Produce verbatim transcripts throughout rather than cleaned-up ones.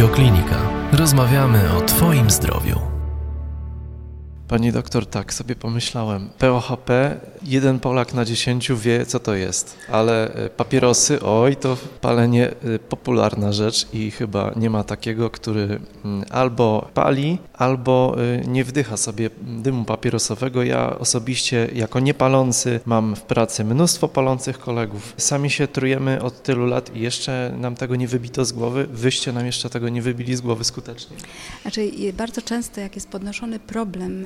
Radioklinika. Rozmawiamy o Twoim zdrowiu. Pani doktor, tak sobie pomyślałem. P O H P, jeden Polak na dziesięciu wie, co to jest, ale papierosy, oj, to palenie popularna rzecz i chyba nie ma takiego, który albo pali, albo nie wdycha sobie dymu papierosowego. Ja osobiście jako niepalący mam w pracy mnóstwo palących kolegów. Sami się trujemy od tylu lat i jeszcze nam tego nie wybito z głowy. Wyście nam jeszcze tego nie wybili z głowy skutecznie. Znaczy, bardzo często jak jest podnoszony problem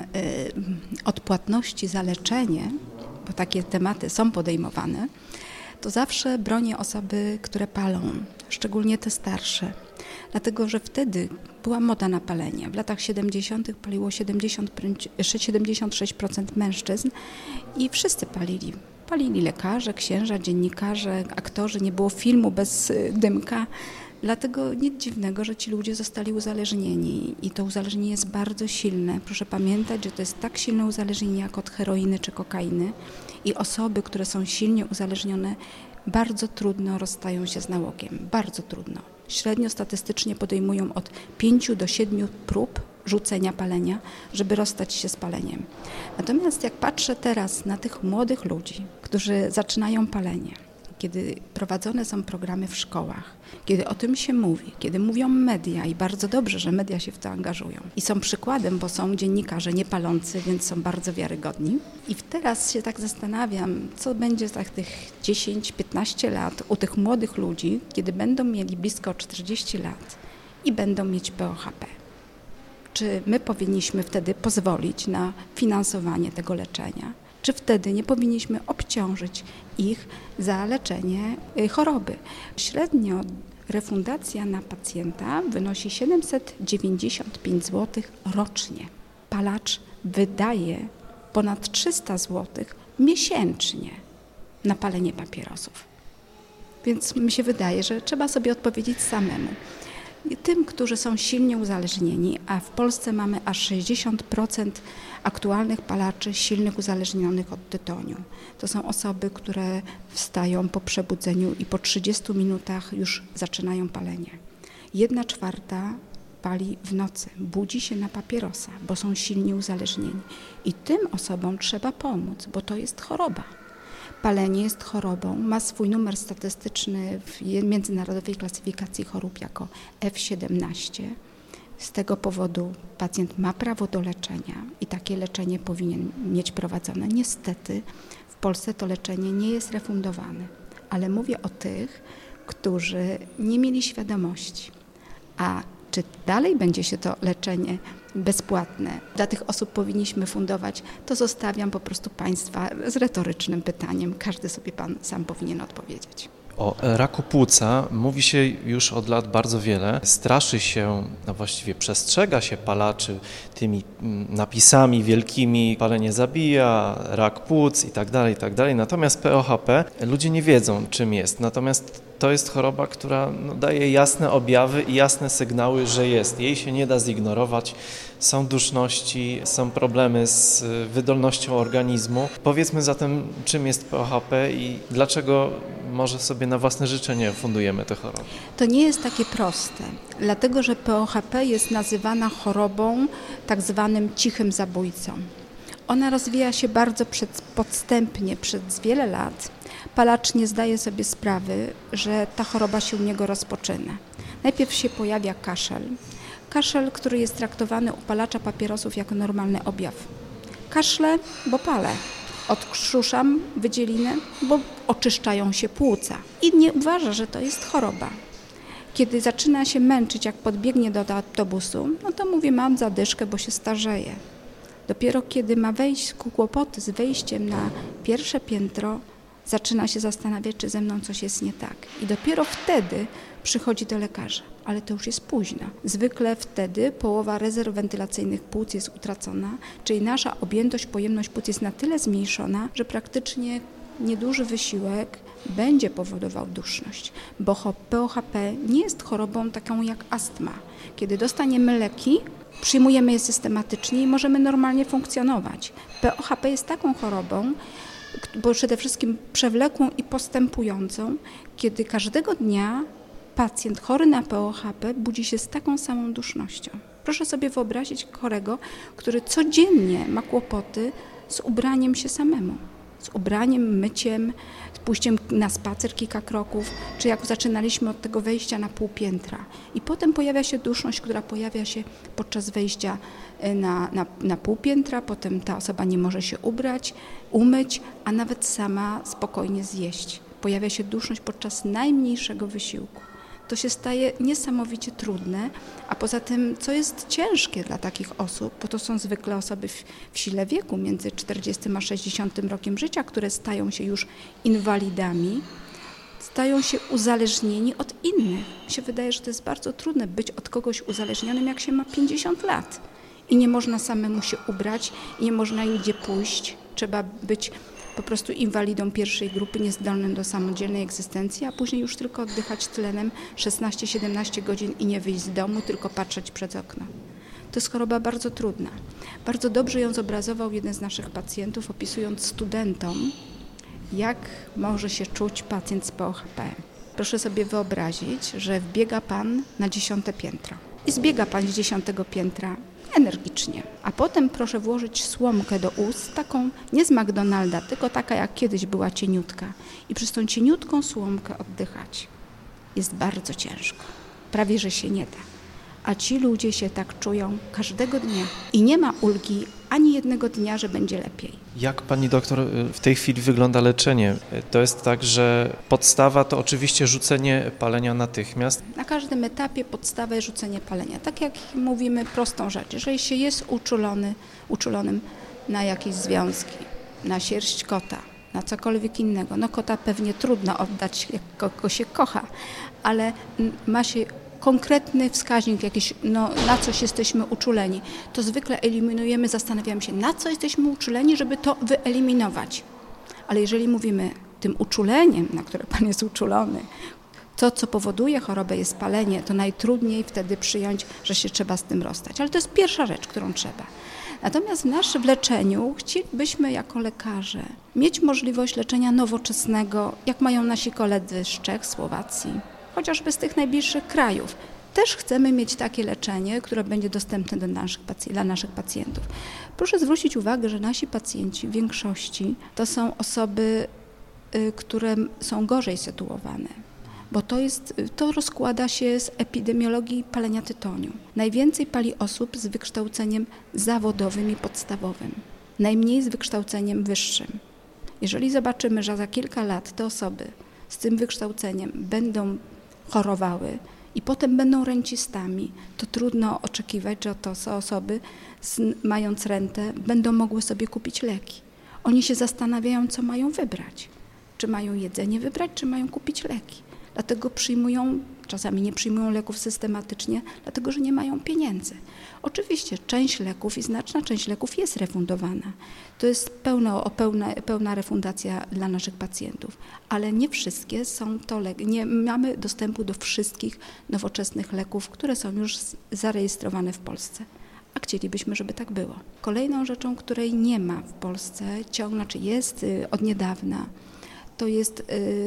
odpłatności za leczenie, bo takie tematy są podejmowane, to zawsze bronię osoby, które palą, szczególnie te starsze. Dlatego, że wtedy była moda na palenie. W latach siedemdziesiątych paliło siedemdziesiąt sześć procent mężczyzn i wszyscy palili. Palili lekarze, księża, dziennikarze, aktorzy, nie było filmu bez dymka. Dlatego nic dziwnego, że ci ludzie zostali uzależnieni i to uzależnienie jest bardzo silne. Proszę pamiętać, że to jest tak silne uzależnienie jak od heroiny czy kokainy i osoby, które są silnie uzależnione, bardzo trudno rozstają się z nałogiem. Bardzo trudno. Średnio statystycznie podejmują od pięciu do siedmiu prób rzucenia palenia, żeby rozstać się z paleniem. Natomiast jak patrzę teraz na tych młodych ludzi, którzy zaczynają palenie, kiedy prowadzone są programy w szkołach, kiedy o tym się mówi, kiedy mówią media i bardzo dobrze, że media się w to angażują i są przykładem, bo są dziennikarze niepalący, więc są bardzo wiarygodni. I teraz się tak zastanawiam, co będzie za tych dziesięć piętnaście lat u tych młodych ludzi, kiedy będą mieli blisko czterdzieści lat i będą mieć P O H P. Czy my powinniśmy wtedy pozwolić na finansowanie tego leczenia? Czy wtedy nie powinniśmy obciążyć ich za leczenie choroby? Średnio refundacja na pacjenta wynosi siedemset dziewięćdziesiąt pięć złotych rocznie. Palacz wydaje ponad trzysta złotych miesięcznie na palenie papierosów. Więc mi się wydaje, że trzeba sobie odpowiedzieć samemu. Tym, którzy są silnie uzależnieni, a w Polsce mamy aż sześćdziesiąt procent aktualnych palaczy silnych uzależnionych od tytoniu. To są osoby, które wstają po przebudzeniu i po trzydziestu minutach już zaczynają palenie. Jedna czwarta pali w nocy, budzi się na papierosa, bo są silnie uzależnieni. I tym osobom trzeba pomóc, bo to jest choroba. Palenie jest chorobą, ma swój numer statystyczny w międzynarodowej klasyfikacji chorób jako F siedemnaście. Z tego powodu pacjent ma prawo do leczenia i takie leczenie powinien mieć prowadzone. Niestety w Polsce to leczenie nie jest refundowane, ale mówię o tych, którzy nie mieli świadomości. A czy dalej będzie się to leczenie bezpłatne dla tych osób powinniśmy fundować, to zostawiam po prostu Państwa z retorycznym pytaniem. Każdy sobie Pan sam powinien odpowiedzieć. O raku płuca mówi się już od lat bardzo wiele. Straszy się, no właściwie przestrzega się palaczy tymi napisami wielkimi, palenie zabija, rak płuc i tak dalej, i tak dalej. Natomiast P O H P ludzie nie wiedzą, czym jest. Natomiast to jest choroba, która no, daje jasne objawy i jasne sygnały, że jest. Jej się nie da zignorować. Są duszności, są problemy z wydolnością organizmu. Powiedzmy zatem, czym jest P O H P i dlaczego może sobie na własne życzenie fundujemy tę chorobę? To nie jest takie proste, dlatego że P O H P jest nazywana chorobą tak zwanym cichym zabójcą. Ona rozwija się bardzo przed, podstępnie przez wiele lat. Palacz nie zdaje sobie sprawy, że ta choroba się u niego rozpoczyna. Najpierw się pojawia kaszel. Kaszel, który jest traktowany u palacza papierosów jako normalny objaw. Kaszle, bo palę. Odkrzuszam wydzieliny, bo oczyszczają się płuca. I nie uważa, że to jest choroba. Kiedy zaczyna się męczyć, jak podbiegnie do autobusu, no to mówi, mam zadyszkę, bo się starzeję. Dopiero kiedy ma wejść kłopoty z wejściem na pierwsze piętro, zaczyna się zastanawiać, czy ze mną coś jest nie tak. I dopiero wtedy przychodzi do lekarza, ale to już jest późno. Zwykle wtedy połowa rezerw wentylacyjnych płuc jest utracona, czyli nasza objętość, pojemność płuc jest na tyle zmniejszona, że praktycznie nieduży wysiłek będzie powodował duszność, bo P O H P nie jest chorobą taką jak astma. Kiedy dostaniemy leki, przyjmujemy je systematycznie i możemy normalnie funkcjonować. P O H P jest taką chorobą, bo przede wszystkim przewlekłą i postępującą, kiedy każdego dnia pacjent chory na P O H P budzi się z taką samą dusznością. Proszę sobie wyobrazić chorego, który codziennie ma kłopoty z ubraniem się samemu. Z ubraniem, myciem, z pójściem na spacer kilka kroków, czy jak zaczynaliśmy od tego wejścia na pół piętra. I potem pojawia się duszność, która pojawia się podczas wejścia na, na, na pół piętra, potem ta osoba nie może się ubrać, umyć, a nawet sama spokojnie zjeść. Pojawia się duszność podczas najmniejszego wysiłku. To się staje niesamowicie trudne, a poza tym, co jest ciężkie dla takich osób, bo to są zwykle osoby w, w sile wieku, między czterdziestym a sześćdziesiątym rokiem życia, które stają się już inwalidami, stają się uzależnieni od innych. Mi się wydaje, że to jest bardzo trudne być od kogoś uzależnionym, jak się ma pięćdziesiąt lat i nie można samemu się ubrać i nie można nigdzie pójść. Trzeba być po prostu inwalidą pierwszej grupy, niezdolnym do samodzielnej egzystencji, a później już tylko oddychać tlenem szesnaście siedemnaście godzin i nie wyjść z domu, tylko patrzeć przez okno. To jest choroba bardzo trudna. Bardzo dobrze ją zobrazował jeden z naszych pacjentów, opisując studentom, jak może się czuć pacjent z P O H P. Proszę sobie wyobrazić, że wbiega pan na dziesiąte piętro i zbiega pan z dziesiątego piętra energicznie, a potem proszę włożyć słomkę do ust, taką nie z McDonalda, tylko taka jak kiedyś była cieniutka i przez tą cieniutką słomkę oddychać. Jest bardzo ciężko, prawie że się nie da, a ci ludzie się tak czują każdego dnia i nie ma ulgi ani jednego dnia, że będzie lepiej. Jak pani doktor w tej chwili wygląda leczenie? To jest tak, że podstawa to oczywiście rzucenie palenia natychmiast. Na każdym etapie podstawa jest rzucenie palenia. Tak jak mówimy prostą rzecz, jeżeli się jest uczulony, uczulonym na jakieś związki, na sierść kota, na cokolwiek innego, no kota pewnie trudno oddać, jak kogo się kocha, ale ma się konkretny wskaźnik jakiś, no, na coś jesteśmy uczuleni, to zwykle eliminujemy, zastanawiamy się, na co jesteśmy uczuleni, żeby to wyeliminować. Ale jeżeli mówimy tym uczuleniem, na które pan jest uczulony, to, co powoduje chorobę, jest palenie, to najtrudniej wtedy przyjąć, że się trzeba z tym rozstać. Ale to jest pierwsza rzecz, którą trzeba. Natomiast w naszym leczeniu chcielibyśmy jako lekarze mieć możliwość leczenia nowoczesnego, jak mają nasi koledzy z Czech, Słowacji, chociażby z tych najbliższych krajów. Też chcemy mieć takie leczenie, które będzie dostępne do naszych, dla naszych pacjentów. Proszę zwrócić uwagę, że nasi pacjenci w większości to są osoby, które są gorzej sytuowane, bo to, jest, to rozkłada się z epidemiologii palenia tytoniu. Najwięcej pali osób z wykształceniem zawodowym i podstawowym, najmniej z wykształceniem wyższym. Jeżeli zobaczymy, że za kilka lat te osoby z tym wykształceniem będą chorowały i potem będą rencistami, to trudno oczekiwać, że to są osoby, z, mając rentę, będą mogły sobie kupić leki. Oni się zastanawiają, co mają wybrać. Czy mają jedzenie wybrać, czy mają kupić leki. Dlatego przyjmują, czasami nie przyjmują leków systematycznie, dlatego że nie mają pieniędzy. Oczywiście część leków i znaczna część leków jest refundowana. To jest pełno, pełna, pełna refundacja dla naszych pacjentów, ale nie wszystkie są to leki. Nie mamy dostępu do wszystkich nowoczesnych leków, które są już zarejestrowane w Polsce. A chcielibyśmy, żeby tak było. Kolejną rzeczą, której nie ma w Polsce, ciągle, znaczy jest od niedawna, to jest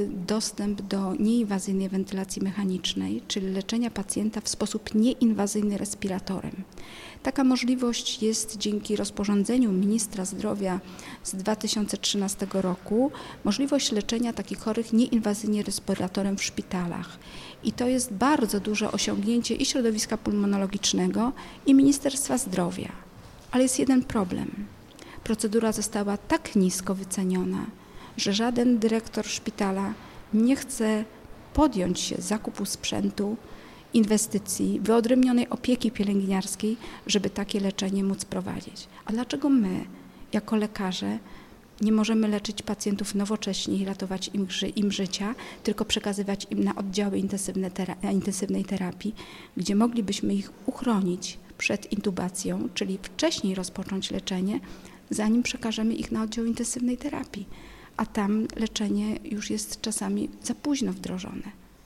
dostęp do nieinwazyjnej wentylacji mechanicznej, czyli leczenia pacjenta w sposób nieinwazyjny respiratorem. Taka możliwość jest dzięki rozporządzeniu ministra zdrowia z dwa tysiące trzynastego roku, możliwość leczenia takich chorych nieinwazyjnie respiratorem w szpitalach. I to jest bardzo duże osiągnięcie i środowiska pulmonologicznego, i Ministerstwa Zdrowia. Ale jest jeden problem. Procedura została tak nisko wyceniona, że żaden dyrektor szpitala nie chce podjąć się zakupu sprzętu, inwestycji, wyodrębnionej opieki pielęgniarskiej, żeby takie leczenie móc prowadzić. A dlaczego my, jako lekarze, nie możemy leczyć pacjentów nowocześnie i ratować im, im życia, tylko przekazywać im na oddziały intensywne tera- intensywnej terapii, gdzie moglibyśmy ich uchronić przed intubacją, czyli wcześniej rozpocząć leczenie, zanim przekażemy ich na oddział intensywnej terapii. A tam leczenie już jest czasami za późno wdrożone.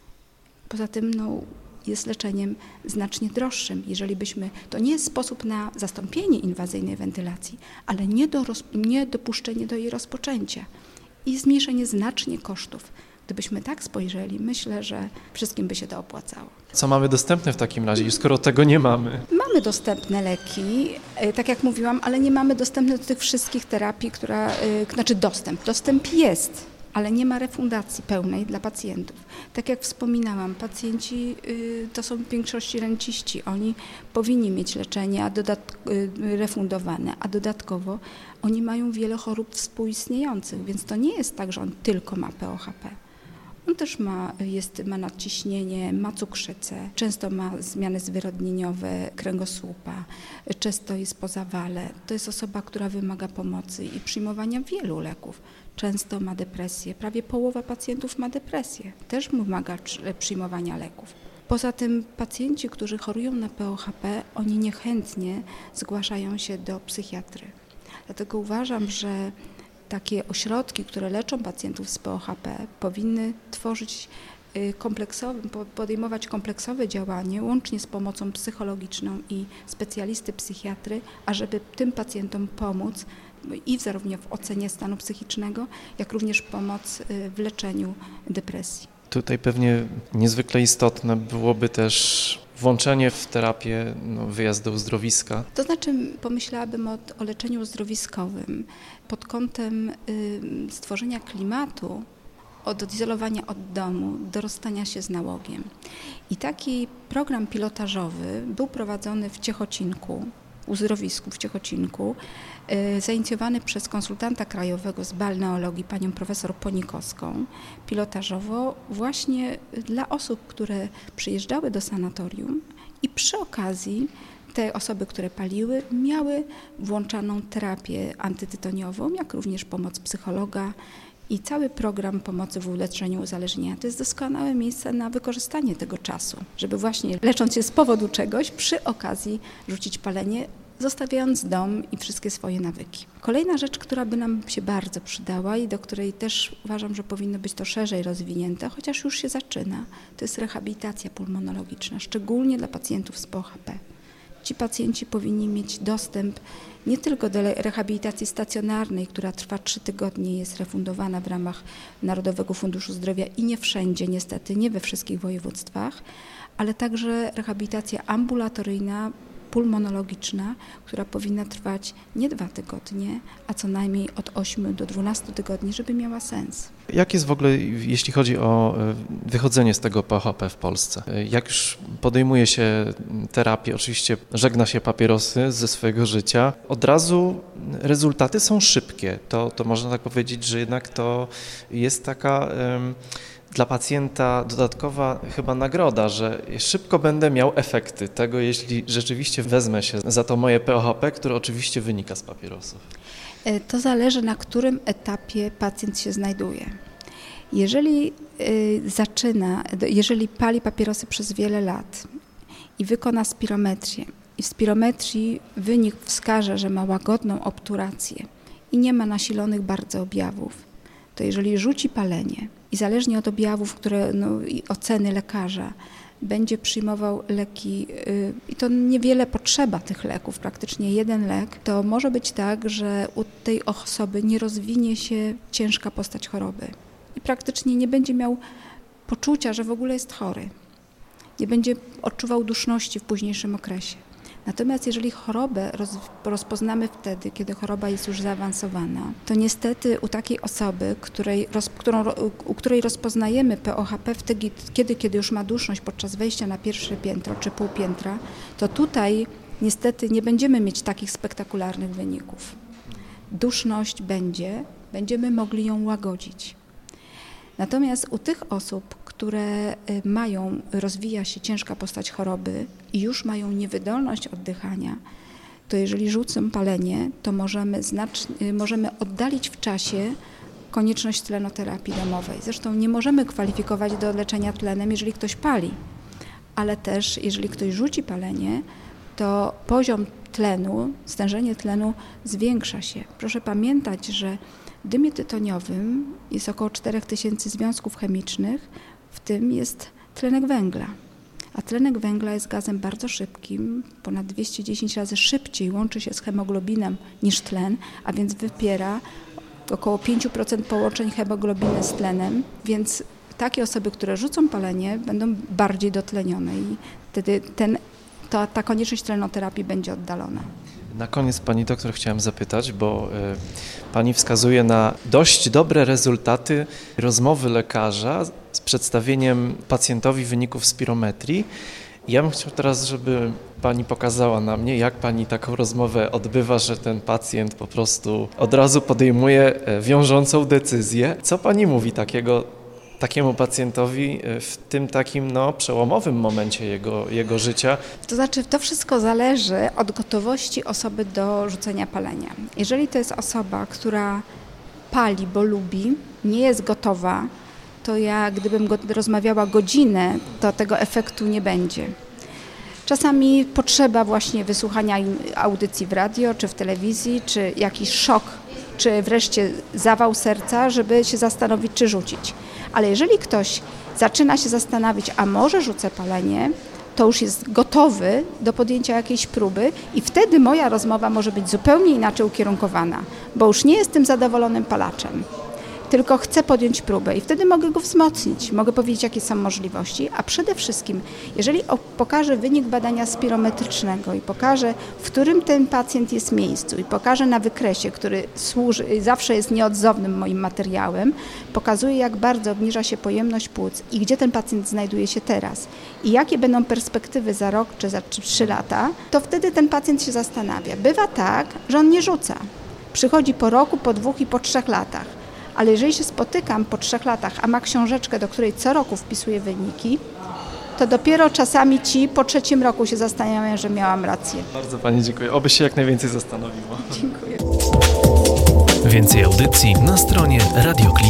Poza tym no, jest leczeniem znacznie droższym. Jeżeli byśmy, to nie jest sposób na zastąpienie inwazyjnej wentylacji, ale nie, do roz, nie dopuszczenie do jej rozpoczęcia i zmniejszenie znacznie kosztów, Gdybyśmy tak spojrzeli, myślę, że wszystkim by się to opłacało. Co mamy dostępne w takim razie, skoro tego nie mamy? Mamy dostępne leki, tak jak mówiłam, ale nie mamy dostępnych do tych wszystkich terapii, która, znaczy dostęp. Dostęp jest, ale nie ma refundacji pełnej dla pacjentów. Tak jak wspominałam, pacjenci to są w większości renciści. Oni powinni mieć leczenie a dodat- refundowane, a dodatkowo oni mają wiele chorób współistniejących, więc to nie jest tak, że on tylko ma P O H P. On też ma, jest, ma nadciśnienie, ma cukrzycę, często ma zmiany zwyrodnieniowe kręgosłupa, często jest po zawale. To jest osoba, która wymaga pomocy i przyjmowania wielu leków. Często ma depresję, prawie połowa pacjentów ma depresję, też wymaga przyjmowania leków. Poza tym pacjenci, którzy chorują na P O H P, oni niechętnie zgłaszają się do psychiatry. Dlatego uważam, że takie ośrodki, które leczą pacjentów z P O H P, powinny tworzyć kompleksowe, podejmować kompleksowe działanie łącznie z pomocą psychologiczną i specjalisty psychiatry, ażeby tym pacjentom pomóc i zarówno w ocenie stanu psychicznego, jak również pomoc w leczeniu depresji. Tutaj pewnie niezwykle istotne byłoby też włączenie w terapię no, wyjazd do uzdrowiska. To znaczy pomyślałabym o, o leczeniu uzdrowiskowym pod kątem y, stworzenia klimatu, od odizolowania od domu do rozstania się z nałogiem. I taki program pilotażowy był prowadzony w Ciechocinku, w uzdrowisku w Ciechocinku, y, zainicjowany przez konsultanta krajowego z balneologii, panią profesor Ponikowską, pilotażowo właśnie dla osób, które przyjeżdżały do sanatorium i przy okazji te osoby, które paliły, miały włączaną terapię antytytoniową, jak również pomoc psychologa i cały program pomocy w leczeniu uzależnienia. To jest doskonałe miejsce na wykorzystanie tego czasu, żeby właśnie lecząc się z powodu czegoś, przy okazji rzucić palenie, zostawiając dom i wszystkie swoje nawyki. Kolejna rzecz, która by nam się bardzo przydała i do której też uważam, że powinno być to szerzej rozwinięte, chociaż już się zaczyna, to jest rehabilitacja pulmonologiczna, szczególnie dla pacjentów z P O H P. Ci pacjenci powinni mieć dostęp nie tylko do rehabilitacji stacjonarnej, która trwa trzy tygodnie i jest refundowana w ramach Narodowego Funduszu Zdrowia i nie wszędzie, niestety, nie we wszystkich województwach, ale także rehabilitacja ambulatoryjna, pulmonologiczna, która powinna trwać nie dwa tygodnie, a co najmniej od ośmiu do dwunastu tygodni, żeby miała sens. Jak jest w ogóle, jeśli chodzi o wychodzenie z tego P O H P w Polsce? Jak już podejmuje się terapię, oczywiście żegna się papierosy ze swojego życia, od razu rezultaty są szybkie. To, to można tak powiedzieć, że jednak to jest taka um, dla pacjenta dodatkowa chyba nagroda, że szybko będę miał efekty tego, jeśli rzeczywiście wezmę się za to moje P O H P, które oczywiście wynika z papierosów. To zależy, na którym etapie pacjent się znajduje. Jeżeli y, zaczyna, jeżeli pali papierosy przez wiele lat i wykona spirometrię i w spirometrii wynik wskaże, że ma łagodną obturację i nie ma nasilonych bardzo objawów, to jeżeli rzuci palenie i zależnie od objawów, które, no, i oceny lekarza, będzie przyjmował leki yy, i to niewiele potrzeba tych leków, praktycznie jeden lek, to może być tak, że u tej osoby nie rozwinie się ciężka postać choroby i praktycznie nie będzie miał poczucia, że w ogóle jest chory. Nie będzie odczuwał duszności w późniejszym okresie. Natomiast jeżeli chorobę roz, rozpoznamy wtedy, kiedy choroba jest już zaawansowana, to niestety u takiej osoby, której, roz, którą, u której rozpoznajemy P O H P wtedy, kiedy, kiedy już ma duszność podczas wejścia na pierwsze piętro czy pół piętra, to tutaj niestety nie będziemy mieć takich spektakularnych wyników. Duszność będzie, będziemy mogli ją łagodzić. Natomiast u tych osób, które mają, rozwija się ciężka postać choroby i już mają niewydolność oddychania, to jeżeli rzucą palenie, to możemy, znacznie, możemy oddalić w czasie konieczność tlenoterapii domowej. Zresztą nie możemy kwalifikować do leczenia tlenem, jeżeli ktoś pali, ale też jeżeli ktoś rzuci palenie, to poziom tlenu, stężenie tlenu zwiększa się. Proszę pamiętać, że w dymie tytoniowym jest około cztery tysiące związków chemicznych, w tym jest tlenek węgla. A tlenek węgla jest gazem bardzo szybkim, ponad dwieście dziesięć razy szybciej łączy się z hemoglobinem niż tlen, a więc wypiera około pięć procent połączeń hemoglobiny z tlenem, więc takie osoby, które rzucą palenie, będą bardziej dotlenione i wtedy ten, to, ta konieczność tlenoterapii będzie oddalona. Na koniec pani doktor chciałem zapytać, bo y, pani wskazuje na dość dobre rezultaty rozmowy lekarza z przedstawieniem pacjentowi wyników spirometrii. Ja bym chciał teraz, żeby pani pokazała na mnie, jak pani taką rozmowę odbywa, że ten pacjent po prostu od razu podejmuje wiążącą decyzję. Co pani mówi takiego, takiemu pacjentowi w tym takim no, przełomowym momencie jego, jego życia? To znaczy, to wszystko zależy od gotowości osoby do rzucenia palenia. Jeżeli to jest osoba, która pali, bo lubi, nie jest gotowa, to ja gdybym go, rozmawiała godzinę, to tego efektu nie będzie. Czasami potrzeba właśnie wysłuchania audycji w radio, czy w telewizji, czy jakiś szok, czy wreszcie zawał serca, żeby się zastanowić, czy rzucić. Ale jeżeli ktoś zaczyna się zastanawiać, a może rzucę palenie, to już jest gotowy do podjęcia jakiejś próby i wtedy moja rozmowa może być zupełnie inaczej ukierunkowana, bo już nie jestem zadowolonym palaczem, tylko chcę podjąć próbę i wtedy mogę go wzmocnić, mogę powiedzieć, jakie są możliwości, a przede wszystkim, jeżeli pokażę wynik badania spirometrycznego i pokażę, w którym ten pacjent jest miejscu i pokażę na wykresie, który służy, zawsze jest nieodzownym moim materiałem, pokazuję, jak bardzo obniża się pojemność płuc i gdzie ten pacjent znajduje się teraz i jakie będą perspektywy za rok czy za trzy lata, to wtedy ten pacjent się zastanawia. Bywa tak, że on nie rzuca. Przychodzi po roku, po dwóch i po trzech latach. Ale jeżeli się spotykam po trzech latach, a ma książeczkę, do której co roku wpisuję wyniki, to dopiero czasami ci po trzecim roku się zastanawiają, że miałam rację. Bardzo pani dziękuję. Oby się jak najwięcej zastanowiło. Dziękuję. Więcej audycji na stronie Radio Klinika.